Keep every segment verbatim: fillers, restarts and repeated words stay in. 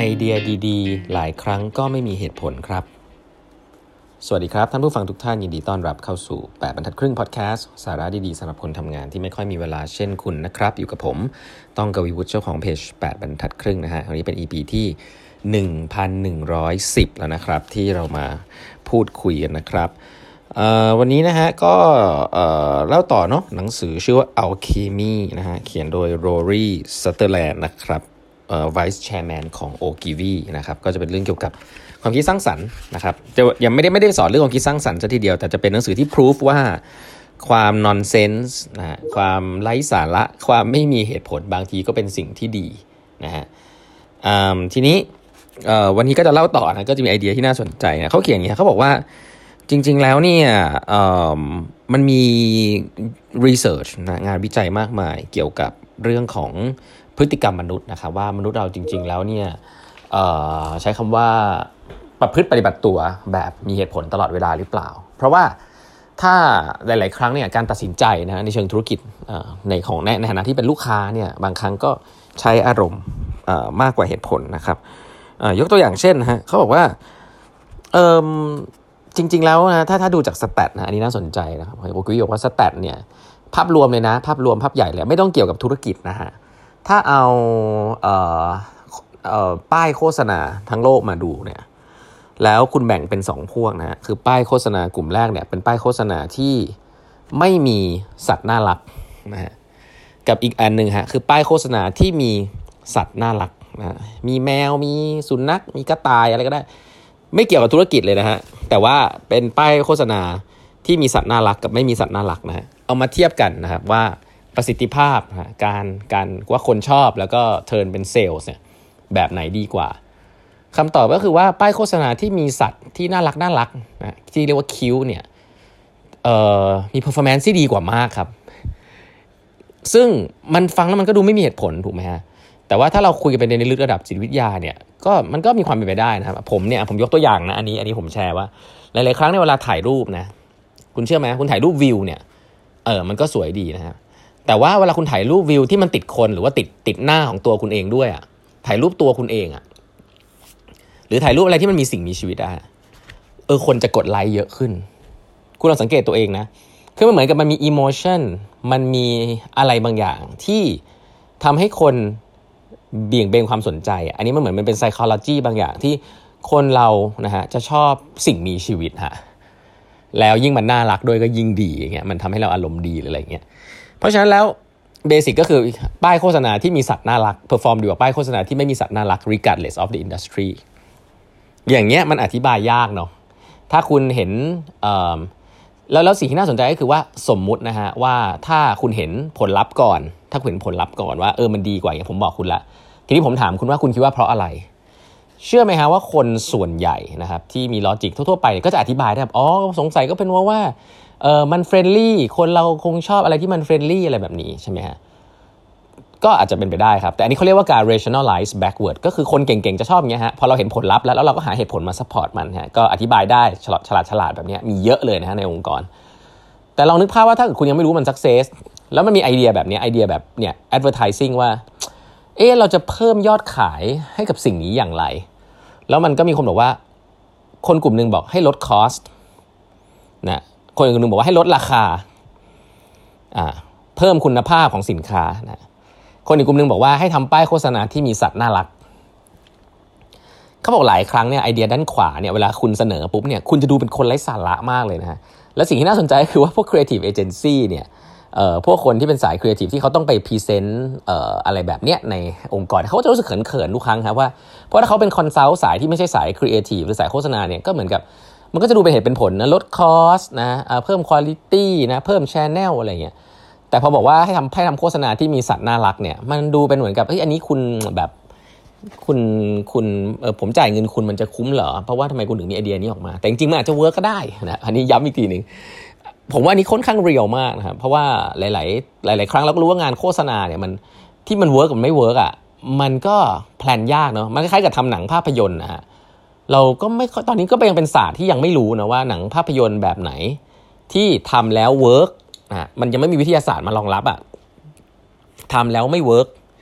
เดียดีๆหลายครั้งก็ไม่มีเหตุผลครับสวัสดีครับท่านผู้ฟังทุกท่านยินดีต้อนรับเข้าสู่แปดบรรทัดครึ่งพอดแคสต์สาระดีๆสำหรับคนทำงานที่ไม่ค่อยมีเวลาเช่นคุณนะครับอยู่กับผมต้องกวีวุฒิเจ้าของเพจแปดบรรทัดครึ่งนะฮะวันนี้เป็น อี พี ที่ หนึ่งพันหนึ่งร้อยสิบ แล้วนะครับที่เรามาพูดคุยกันนะครับวันนี้นะฮะก็เล่าต่อเนาะหนังสือชื่อว่า Alchemy นะฮะเขียนโดย Rory Sutherland นะครับเอ่อ Vice Chairman ของ Ogilvy นะครับก็จะเป็นเรื่องเกี่ยวกับความคิดสร้างสรรค์นะครับจะยังไม่ได้ไม่ได้สอนเรื่องความคิดสร้างสรรค์ซะทีเดียวแต่จะเป็นหนังสือที่พิสูจว่าความ nonsense นะฮะความไร้สาระความไม่มีเหตุผลบางทีก็เป็นสิ่งที่ดีนะฮะทีนี้วันนี้ก็จะเล่าต่อนะก็จะมีไอเดียที่น่าสนใจนะเขาเขียนอย่างนี้เขาบอกว่าจริงๆแล้วเนี่ยมันมี research นะงานวิจัยมากมายเกี่ยวกับเรื่องของพฤติกรรมมนุษย์นะครับว่ามนุษย์เราจริงๆแล้วเนี่ยใช้คำว่าประพฤติปฏิบัติตัวแบบมีเหตุผลตลอดเวลาหรือเปล่าเพราะว่าถ้าหลายๆครั้งเนี่ยการตัดสินใจนะในเชิงธุรกิจในของในฐานะที่เป็นลูกค้าเนี่ยบางครั้งก็ใช้อารมณ์มากกว่าเหตุผลนะครับยกตัวอย่างเช่นฮะเขาบอกว่าเอ่อจริงๆแล้วนะถ้าถ้าดูจากสแตทนะอันนี้น่าสนใจนะครับผมก็บอกว่าสแตทเนี่ยภาพรวมเลยนะภาพรวมภาพใหญ่เลยไม่ต้องเกี่ยวกับธุรกิจนะฮะถ้าเอาเอ่อเอ่อป้ายโฆษณาทั้งโลกมาดูเนี่ยแล้วคุณแบ่งเป็นสองพวกนะฮะคือป้ายโฆษณากลุ่มแรกเนี่ยเป็นป้ายโฆษณาที่ไม่มีสัตว์น่ารักนะฮะกับอีกอันนึงฮะคือป้ายโฆษณาที่มีสัตว์น่ารักนะมีแมวมีสุนัขมีกระต่ายอะไรก็ได้ไม่เกี่ยวกับธุรกิจเลยนะฮะแต่ว่าเป็นป้ายโฆษณาที่มีสัตว์น่ารักกับไม่มีสัตว์น่ารักนะฮะเอามาเทียบกันนะครับว่าประสิทธิภาพนะการการว่าคนชอบแล้วก็เทิร์นเป็นเซลล์เนี่ยแบบไหนดีกว่าคำตอบก็คือว่าป้ายโฆษณาที่มีสัตว์ที่น่ารักน่ารักนะที่เรียกว่าคิ้วเนี่ยเอ่อมี performance ที่ดีกว่ามากครับซึ่งมันฟังแล้วมันก็ดูไม่มีเหตุผลถูกไหมฮะแต่ว่าถ้าเราคุยกันไปในลึกระดับจิตวิทยาเนี่ยก็มันก็มีความเป็นไปได้นะครับผมเนี่ยผมยกตัวอย่างนะอันนี้อันนี้ผมแชร์ว่าหลายๆครั้งในเวลาถ่ายรูปนะคุณเชื่อไหมคุณถ่ายรูปวิวเนี่ยเออมันก็สวยดีนะฮะแต่ว่าเวลาคุณถ่ายรูปวิวที่มันติดคนหรือว่าติดติดหน้าของตัวคุณเองด้วยอ่ะถ่ายรูปตัวคุณเองอ่ะหรือถ่ายรูปอะไรที่มันมีสิ่งมีชีวิตอ่ะเออคนจะกดไลค์เยอะขึ้นคุณลองสังเกตตัวเองนะคือมันเหมือนกับมันมีอิโมชันมันมีอะไรบางอย่างที่ทำให้คนเบี่ยงเบนความสนใจอันนี้มันเหมือนมันเป็น psychology บางอย่างที่คนเรานะฮะจะชอบสิ่งมีชีวิตฮะแล้วยิ่งมันน่ารักด้วยก็ยิ่งดีอย่างเงี้ยมันทำให้เราอารมณ์ดีหรืออะไรเงี้ยเพราะฉะนั้นแล้วเบสิกก็คือป้ายโฆษณาที่มีสัตว์น่ารักเพอร์ฟอร์มดีกว่าป้ายโฆษณาที่ไม่มีสัตว์น่ารัก regardless of the industry อย่างเงี้ยมันอธิบายยากเนาะถ้าคุณเห็นเอ่อแล้วแล้วสิ่งที่น่าสนใจก็คือว่าสมมุตินะฮะว่าถ้าคุณเห็นผลลัพธ์ก่อนถ้าคุณเห็นผลลัพธ์ก่อนว่าเออมันดีกว่าอย่างผมบอกคุณละทีนี้ผมถามคุณว่าคุณคิดว่าเพราะอะไรเชื่อไหมฮะว่าคนส่วนใหญ่นะครับที่มีลอจิกทั่วๆไปก็จะอธิบายได้แบบอ๋อสงสัยก็เป็นว่าว่าเออมันเฟรนลี่คนเราคงชอบอะไรที่มันเฟรนลี่อะไรแบบนี้ใช่ไหมฮะก็อาจจะเป็นไปได้ครับแต่อันนี้เขาเรียกว่าการ rationalize backward ก็คือคนเก่งๆจะชอบอย่างเงี้ยฮะพอเราเห็นผลลัพธ์แล้วแล้วเราก็หาเหตุผลมา support มันฮะก็อธิบายได้ฉลาดฉลาดฉลาดแบบนี้มีเยอะเลยนะฮะในองค์กรแต่ลองนึกภาพว่าถ้าคุณยังไม่รู้มัน success แล้วมันมีไอเดียแบบนี้ไอเดียแบบเนี่ย advertising ว่าเอ๊ะเราจะเพิ่มยอดขายให้กับสิ่งนี้อย่างไรแล้วมันก็มีคนบอกว่าคนกลุ่มนึงบอกให้ลด cost นะคนอีกกลุ่มนึงบอกว่าให้ลดราคาอ่าเพิ่มคุณภาพของสินค้านะคนอีกกลุ่มนึงบอกว่าให้ทำป้ายโฆษณาที่มีสัตว์น่ารักเขาบอกหลายครั้งเนี่ยไอเดียด้านขวาเนี่ยเวลาคุณเสนอปุ๊บเนี่ยคุณจะดูเป็นคนไร้สาระมากเลยนะฮะและสิ่งที่น่าสนใจคือว่าพวก creative agency เนี่ยเอ่อพวกคนที่เป็นสาย creative ที่เขาต้องไป present เอ่ออะไรแบบเนี้ยในองค์กรเขาจะรู้สึกเขินๆทุกครั้งครับว่าเพราะถ้าเขาเป็น consult สายที่ไม่ใช่สาย creative หรือสายโฆษณาเนี่ยก็เหมือนกับมันก็จะดูเป็นเหตุเป็นผลนะลด cost นะเพิ่ม quality นะเพิ่ม channel อะไรเงี้ยแต่พอบอกว่าให้ทำให้ทำโฆษณาที่มีสัตว์น่ารักเนี่ยมันดูเป็นเหมือนกับเฮ้ยอันนี้คุณแบบคุณคุณเออผมจ่ายเงินคุณมันจะคุ้มเหรอเพราะว่าทำไมคุณถึงมีไอเดียนี้ออกมาแต่จริงๆมันอาจจะเวิร์กก็ได้นะอันนี้ย้ำอีกทีนึงผมว่าอันนี้ค่อนข้างเรียลมากนะครับเพราะว่าหลายๆหลายๆครั้งเราก็รู้ว่างานโฆษณาเนี่ยมันที่มันเวิร์กกับไม่เวิร์กอ่ะมันก็แพลนยากเนาะมันคล้ายๆกับทำหนังภาพยนตร์นะฮะเราก็ไม่ตอนนี้ก็ยังเป็นศาสตร์ที่ยังไม่รู้นะว่าหนังภาพยนตร์แบบไหนที่ทำแล้วเวิร์กอ่ะมันยังไม่มีวิทยาศาสตร์มารองรับอ่ะทำแล้วไม่เวิร์ก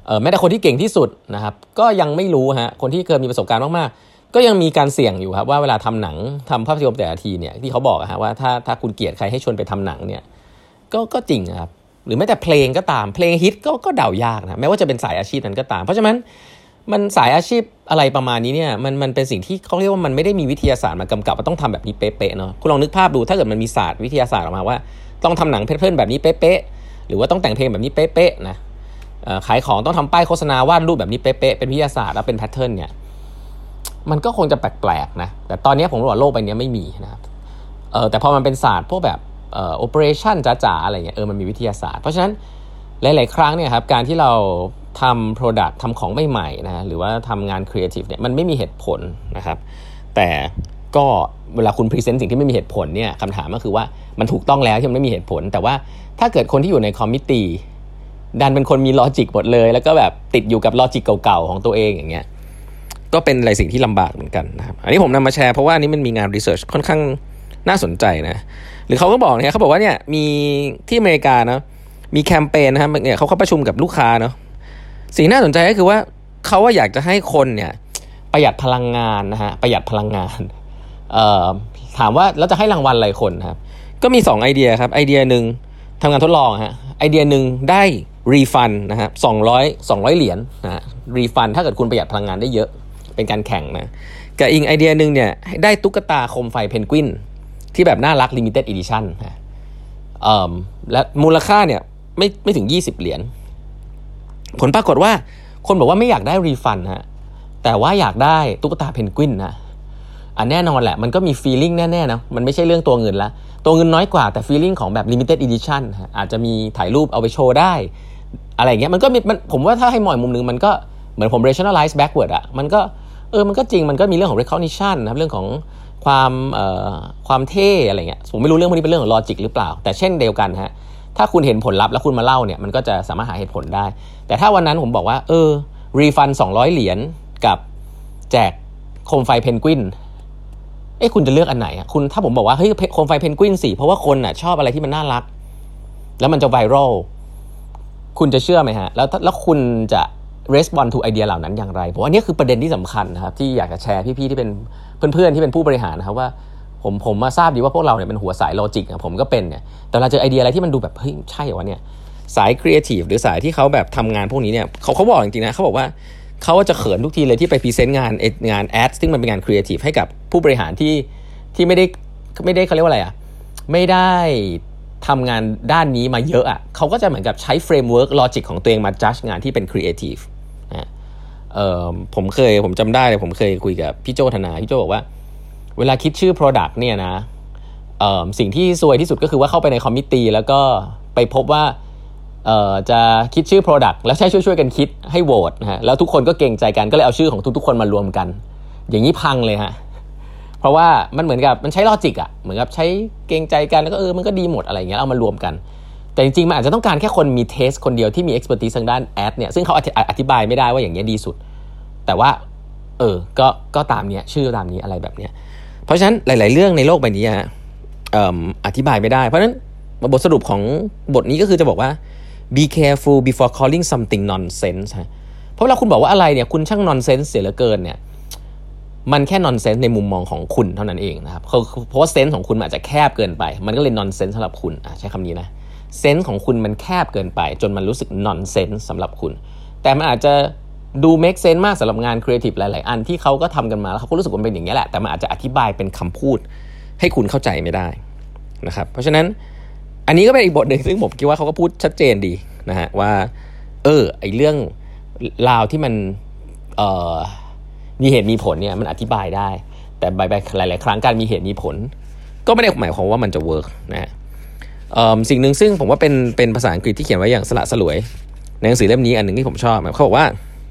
เอ่อแม้แต่คนที่เก่งที่สุดนะครับก็ยังไม่รู้ฮะคนที่เคยมีประสบการณ์มากๆก็ยังมีการเสี่ยงอยู่ครับว่าเวลาทำหนังทำภาพยนตร์แต่ละทีเนี่ยที่เขาบอกฮะว่าถ้าถ้าคุณเกลียดใครให้ชวนไปทำหนังเนี่ยก็ก็จริงครับหรือแม้แต่เพลงก็ตามเพลงฮิตก็ก็เดายากนะแม้ว่าจะเป็นสายอาชีพนั้นก็ตามเพราะฉะนั้นมันสายอาชีพอะไรประมาณนี้เนี่ยมันมันเป็นสิ่งที่เขาเรียกว่ามันไม่ได้มีวิทยาศาสตร์มากำกับว่าต้องทำแบบนี้เป๊ะๆเนาะคุณลองนึกภาพดูถ้าเกิดมันมีศาสตร์วิทยาศาสตร์ออกมาว่าต้องทำหนังเพลินๆแบบนี้เป๊ะๆหรือว่าต้องแต่งเพลงแบบนี้เป๊ะๆนะขายของต้องทำป้ายโฆษณาวาดรูปแบบนี้เป๊ะๆเป็นวิทยาศาสตร์แล้วเป็นแพทเทิร์นเนี่ยมันก็คงจะแปลกๆนะแต่ตอนนี้ผมรู้ว่าโลกใบนี้ไม่มีนะครับเออแต่พอมันเป็นศาสตร์พวกแบบเอ่อ operation จ๋าๆอะไรเงี้ยเออมันมีวิทยาศาสตร์เพราะฉะนั้นหลายๆครั้งเนี่ยครับการที่เราทำ product ทำของใหม่ๆนะหรือว่าทำงาน creative เนี่ยมันไม่มีเหตุผลนะครับแต่ก็เวลาคุณ present สิ่งที่ไม่มีเหตุผลเนี่ยคำถามก็คือว่ามันถูกต้องแล้วที่มันไม่มีเหตุผลแต่ว่าถ้าเกิดคนที่อยู่ในคอมมิตตี้ดันเป็นคนมีลอจิกหมดเลยแล้วก็แบบติดอยู่กับลอจิกเก่าๆของตัวเองอย่างเงี้ยก็เป็นอะไรสิ่งที่ลำบากเหมือนกันนะครับอันนี้ผมนำมาแชร์เพราะว่านี้มันมีงานรีเสิร์ชค่อนข้างน่าสนใจนะหรือเขาก็บอกเนี่ยเขาบอกว่าเนี่ยมีที่อเมริกาเนาะมีแคมเปญนะครับเนี่ยเขาเข้าประชุมกับลูกค้าเนาะสิ่งน่าสนใจก็คือว่าเขาว่าอยากจะให้คนเนี่ยประหยัดพลังงานนะฮะประหยัดพลังงานเอ่อถามว่าแล้วจะให้รางวัลอะไรคนครับก็มีสองไอเดียครับไอเดียนึงทำงานทดลองฮะไอเดียนึงได้รีฟันนะฮะสองร้อยสองร้อยเหรียญนะฮะรีฟันถ้าเกิดคุณประหยัดพลังงานได้เยอะเป็นการแข่งนะกับอีกไอเดียนึงเนี่ยได้ตุ๊กตาโคมไฟเพนกวินที่แบบน่ารัก limited edition นะเอ่อและมูลค่าเนี่ยไม่ไม่ถึงยี่สิบเหรียญผลปรากฏว่าคนบอกว่าไม่อยากได้รีฟันฮะแต่ว่าอยากได้ตุ๊กตาเพนกวินนะอ่ะแน่นอนแหละมันก็มี feeling แน่ๆนะมันไม่ใช่เรื่องตัวเงินละตัวเงินน้อยกว่าแต่ feeling ของแบบ limited edition ฮะอาจจะมีถ่ายรูปเอาไปโชว์ได้อะไรอย่างเงี้ยมันก็มีมันผมว่าถ้าให้มองมุมนึงมันก็เหมือนผม rationalize backward อ่ะมันก็เออมันก็จริงมันก็มีเรื่องของ recognition นะครับเรื่องของความเอ่อความเท่อะไรเงี้ยผมไม่รู้เรื่องพวกนี้เป็นเรื่องของ logic หรือเปล่าแต่เช่นเดียวกันฮะถ้าคุณเห็นผลลัพธ์แล้วคุณมาเล่าเนี่ยมันก็จะสามารถหาเหตุผลได้แต่ถ้าวันนั้นผมบอกว่าเออรีฟันสองร้อยเหรียญกับแจกโคมไฟเพนกวินเอ๊ะคุณจะเลือกอันไหนอ่ะคุณถ้าผมบอกว่าเฮ้ยโคมไฟเพนกวินสิเพราะว่าคนน่ะชอบอะไรที่มันน่ารักแล้วมันจะไวรัลคุณจะเชื่อไหมฮะแล้วแล้วคุณจะ respond to ไอเดียเหล่านั้นอย่างไรผมว่านี่คือประเด็นที่สำคัญนะครับที่อยากจะแชร์พี่ๆที่เป็นเพื่อนๆที่เป็นผู้บริหารนะครับว่าผมผมมาทราบดีว่าพวกเราเนี่ยเป็นหัวสายโลจิกผมก็เป็นเนี่ยแต่เราเจอไอเดียอะไรที่มันดูแบบเฮ้ยใช่เหรอวะเนี่ยสายครีเอทีฟหรือสายที่เขาแบบทำงานพวกนี้เนี่ยเขาเขาบอกจริงๆนะเขาบอกว่าเขาจะเขินทุกทีเลยที่ไปพรีเซนต์งานงานแอดซึ่งมันเป็นงานครีเอทีฟให้กับผู้บริหารที่ที่ไม่ได้ไม่ได้เขาเรียกว่าอะไรอ่ะไม่ได้ทำงานด้านนี้มาเยอะอ่ะเขาก็จะเหมือนกับใช้เฟรมเวิร์กลอจิกของตัวเองมาจัดงานที่เป็นครีเอทีฟนะเอ่อผมเคยผมจำได้เลยผมเคยคุยกับพี่โจธนาพี่โจบอกว่าเวลาคิดชื่อ product เนี่ยนะเอ่อสิ่งที่ซวยที่สุดก็คือว่าเข้าไปในคอมมิตตี้แล้วก็ไปพบว่าเอ่อจะคิดชื่อ product แล้วใช้ช่วยๆกันคิดให้โหวตนะฮะแล้วทุกคนก็เกรงใจกันก็เลยเอาชื่อของทุกๆคนมารวมกันอย่างนี้พังเลยฮะเพราะว่ามันเหมือนกับมันใช้ลอจิกอ่ะเหมือนกับใช้เกรงใจกันแล้วก็เออมันก็ดีหมดอะไรอย่างเงี้ยเอามารวมกันแต่จริงๆมันอาจจะต้องการแค่คนมีเทสคนเดียวที่มี expertise ทางด้านแอดเนี่ยซึ่งเขาอธิบายไม่ได้ว่าอย่างเงี้ยดีสุดแต่ว่าเออก็ก็ตามเนี้ยชื่อตามนี้อะไรแบบเนี้ยเพราะฉะนั้นหลายๆเรื่องในโลกใบนี้ฮะเอ่ออธิบายไม่ได้เพราะฉะนั้นบทสรุปของบทนี้ก็คือจะบอกว่า be careful before calling something nonsense ฮะเพราะเวลาคุณบอกว่าอะไรเนี่ยคุณช่าง nonsense เสียเหลือเกินเนี่ยมันแค่ nonsense ในมุมมองของคุณเท่านั้นเองนะครับเพราะว่าเซนส์ของคุณอาจจะแคบเกินไปมันก็เลย nonsense สำหรับคุณใช้คำนี้นะเซนส์ของคุณมันแคบเกินไปจนมันรู้สึก nonsense สำหรับคุณแต่มันอาจจะดู make sense มากสำหรับงาน creative หลายๆอันที่เขาก็ทำกันมาแล้วเขาก็รู้สึกว่าเป็นอย่างนี้แหละแต่มันอาจจะอธิบายเป็นคำพูดให้คุณเข้าใจไม่ได้นะครับเพราะฉะนั้นอันนี้ก็เป็นอีกบทหนึ่งซึ่งผมคิดว่าเขาก็พูดชัดเจนดีนะฮะว่าเออไอเรื่องราวที่มันเอ่อมีเหตุมีผลเนี่ยมันอธิบายได้แต่ใบหลายๆครั้งการมีเหตุมีผลก็ไม่ได้หมายความว่ามันจะเวิร์กนะฮะเอ่อสิ่งหนึ่งซึ่งผมว่าเป็นเป็นภาษาอังกฤษที่เขียนไว้อย่างสละสลวยในหนังสือเล่มนี้อันหนึ่งที่ผมชอบเขาบอกว่า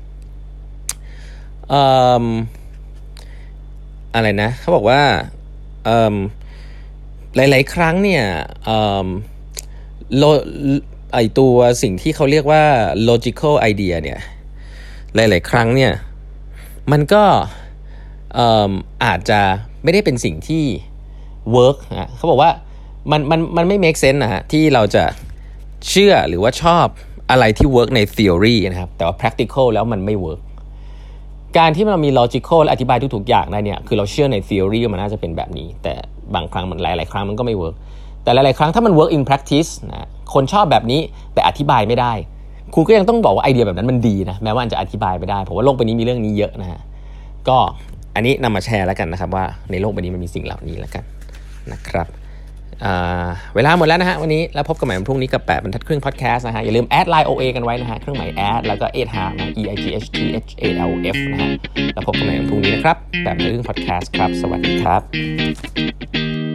เอ่ออะไรนะเขาบอกว่าเอ่อหลายๆครั้งเนี่ยเอ่อโลไอตัวสิ่งที่เขาเรียกว่า logical idea เนี่ยหลายๆครั้งเนี่ยมันก็เอ่ออาจจะไม่ได้เป็นสิ่งที่ work นะเขาบอกว่ามันมันมันไม่ make sense นะฮะที่เราจะเชื่อหรือว่าชอบอะไรที่ work ใน theory นะครับแต่ว่า practical แล้วมันไม่ work การที่มันมี logical และอธิบายทุกๆอย่างได้เนี่ยคือเราเชื่อใน theory มันน่าจะเป็นแบบนี้แต่บางครั้งมันหลายๆครั้งมันก็ไม่ work แต่หลายๆครั้งถ้ามัน work in practice นะคนชอบแบบนี้แต่อธิบายไม่ได้คุณก็ยังต้องบอกว่าไอเดียแบบนั้นมันดีนะแม้ว่าจะอธิบายไม่ได้ผมว่าโลกใบนี้มีเรื่องนี้เยอะนะฮะก็อันนี้นำมาแชร์แล้วกันนะครับว่าในโลกใบนี้มันมีสิ่งเหล่านี้แล้วกันนะครับเวลาหมดแล้วนะฮะวันนี้แล้วพบกันใหม่วันพรุ่งนี้กับแปดบรรทัดครึ่งพอดแคสต์นะฮะอย่าลืมแอด ไลน์ โอ เอ กันไว้นะฮะเครื่องหมายแอดแล้วก็ eight half นะ e i g h t h a l f นะฮะแล้วพบกันใหม่วันพรุ่งนี้นะครับแปดบรรทัดครึ่งพอดแคสต์ครับสวัสดีครับ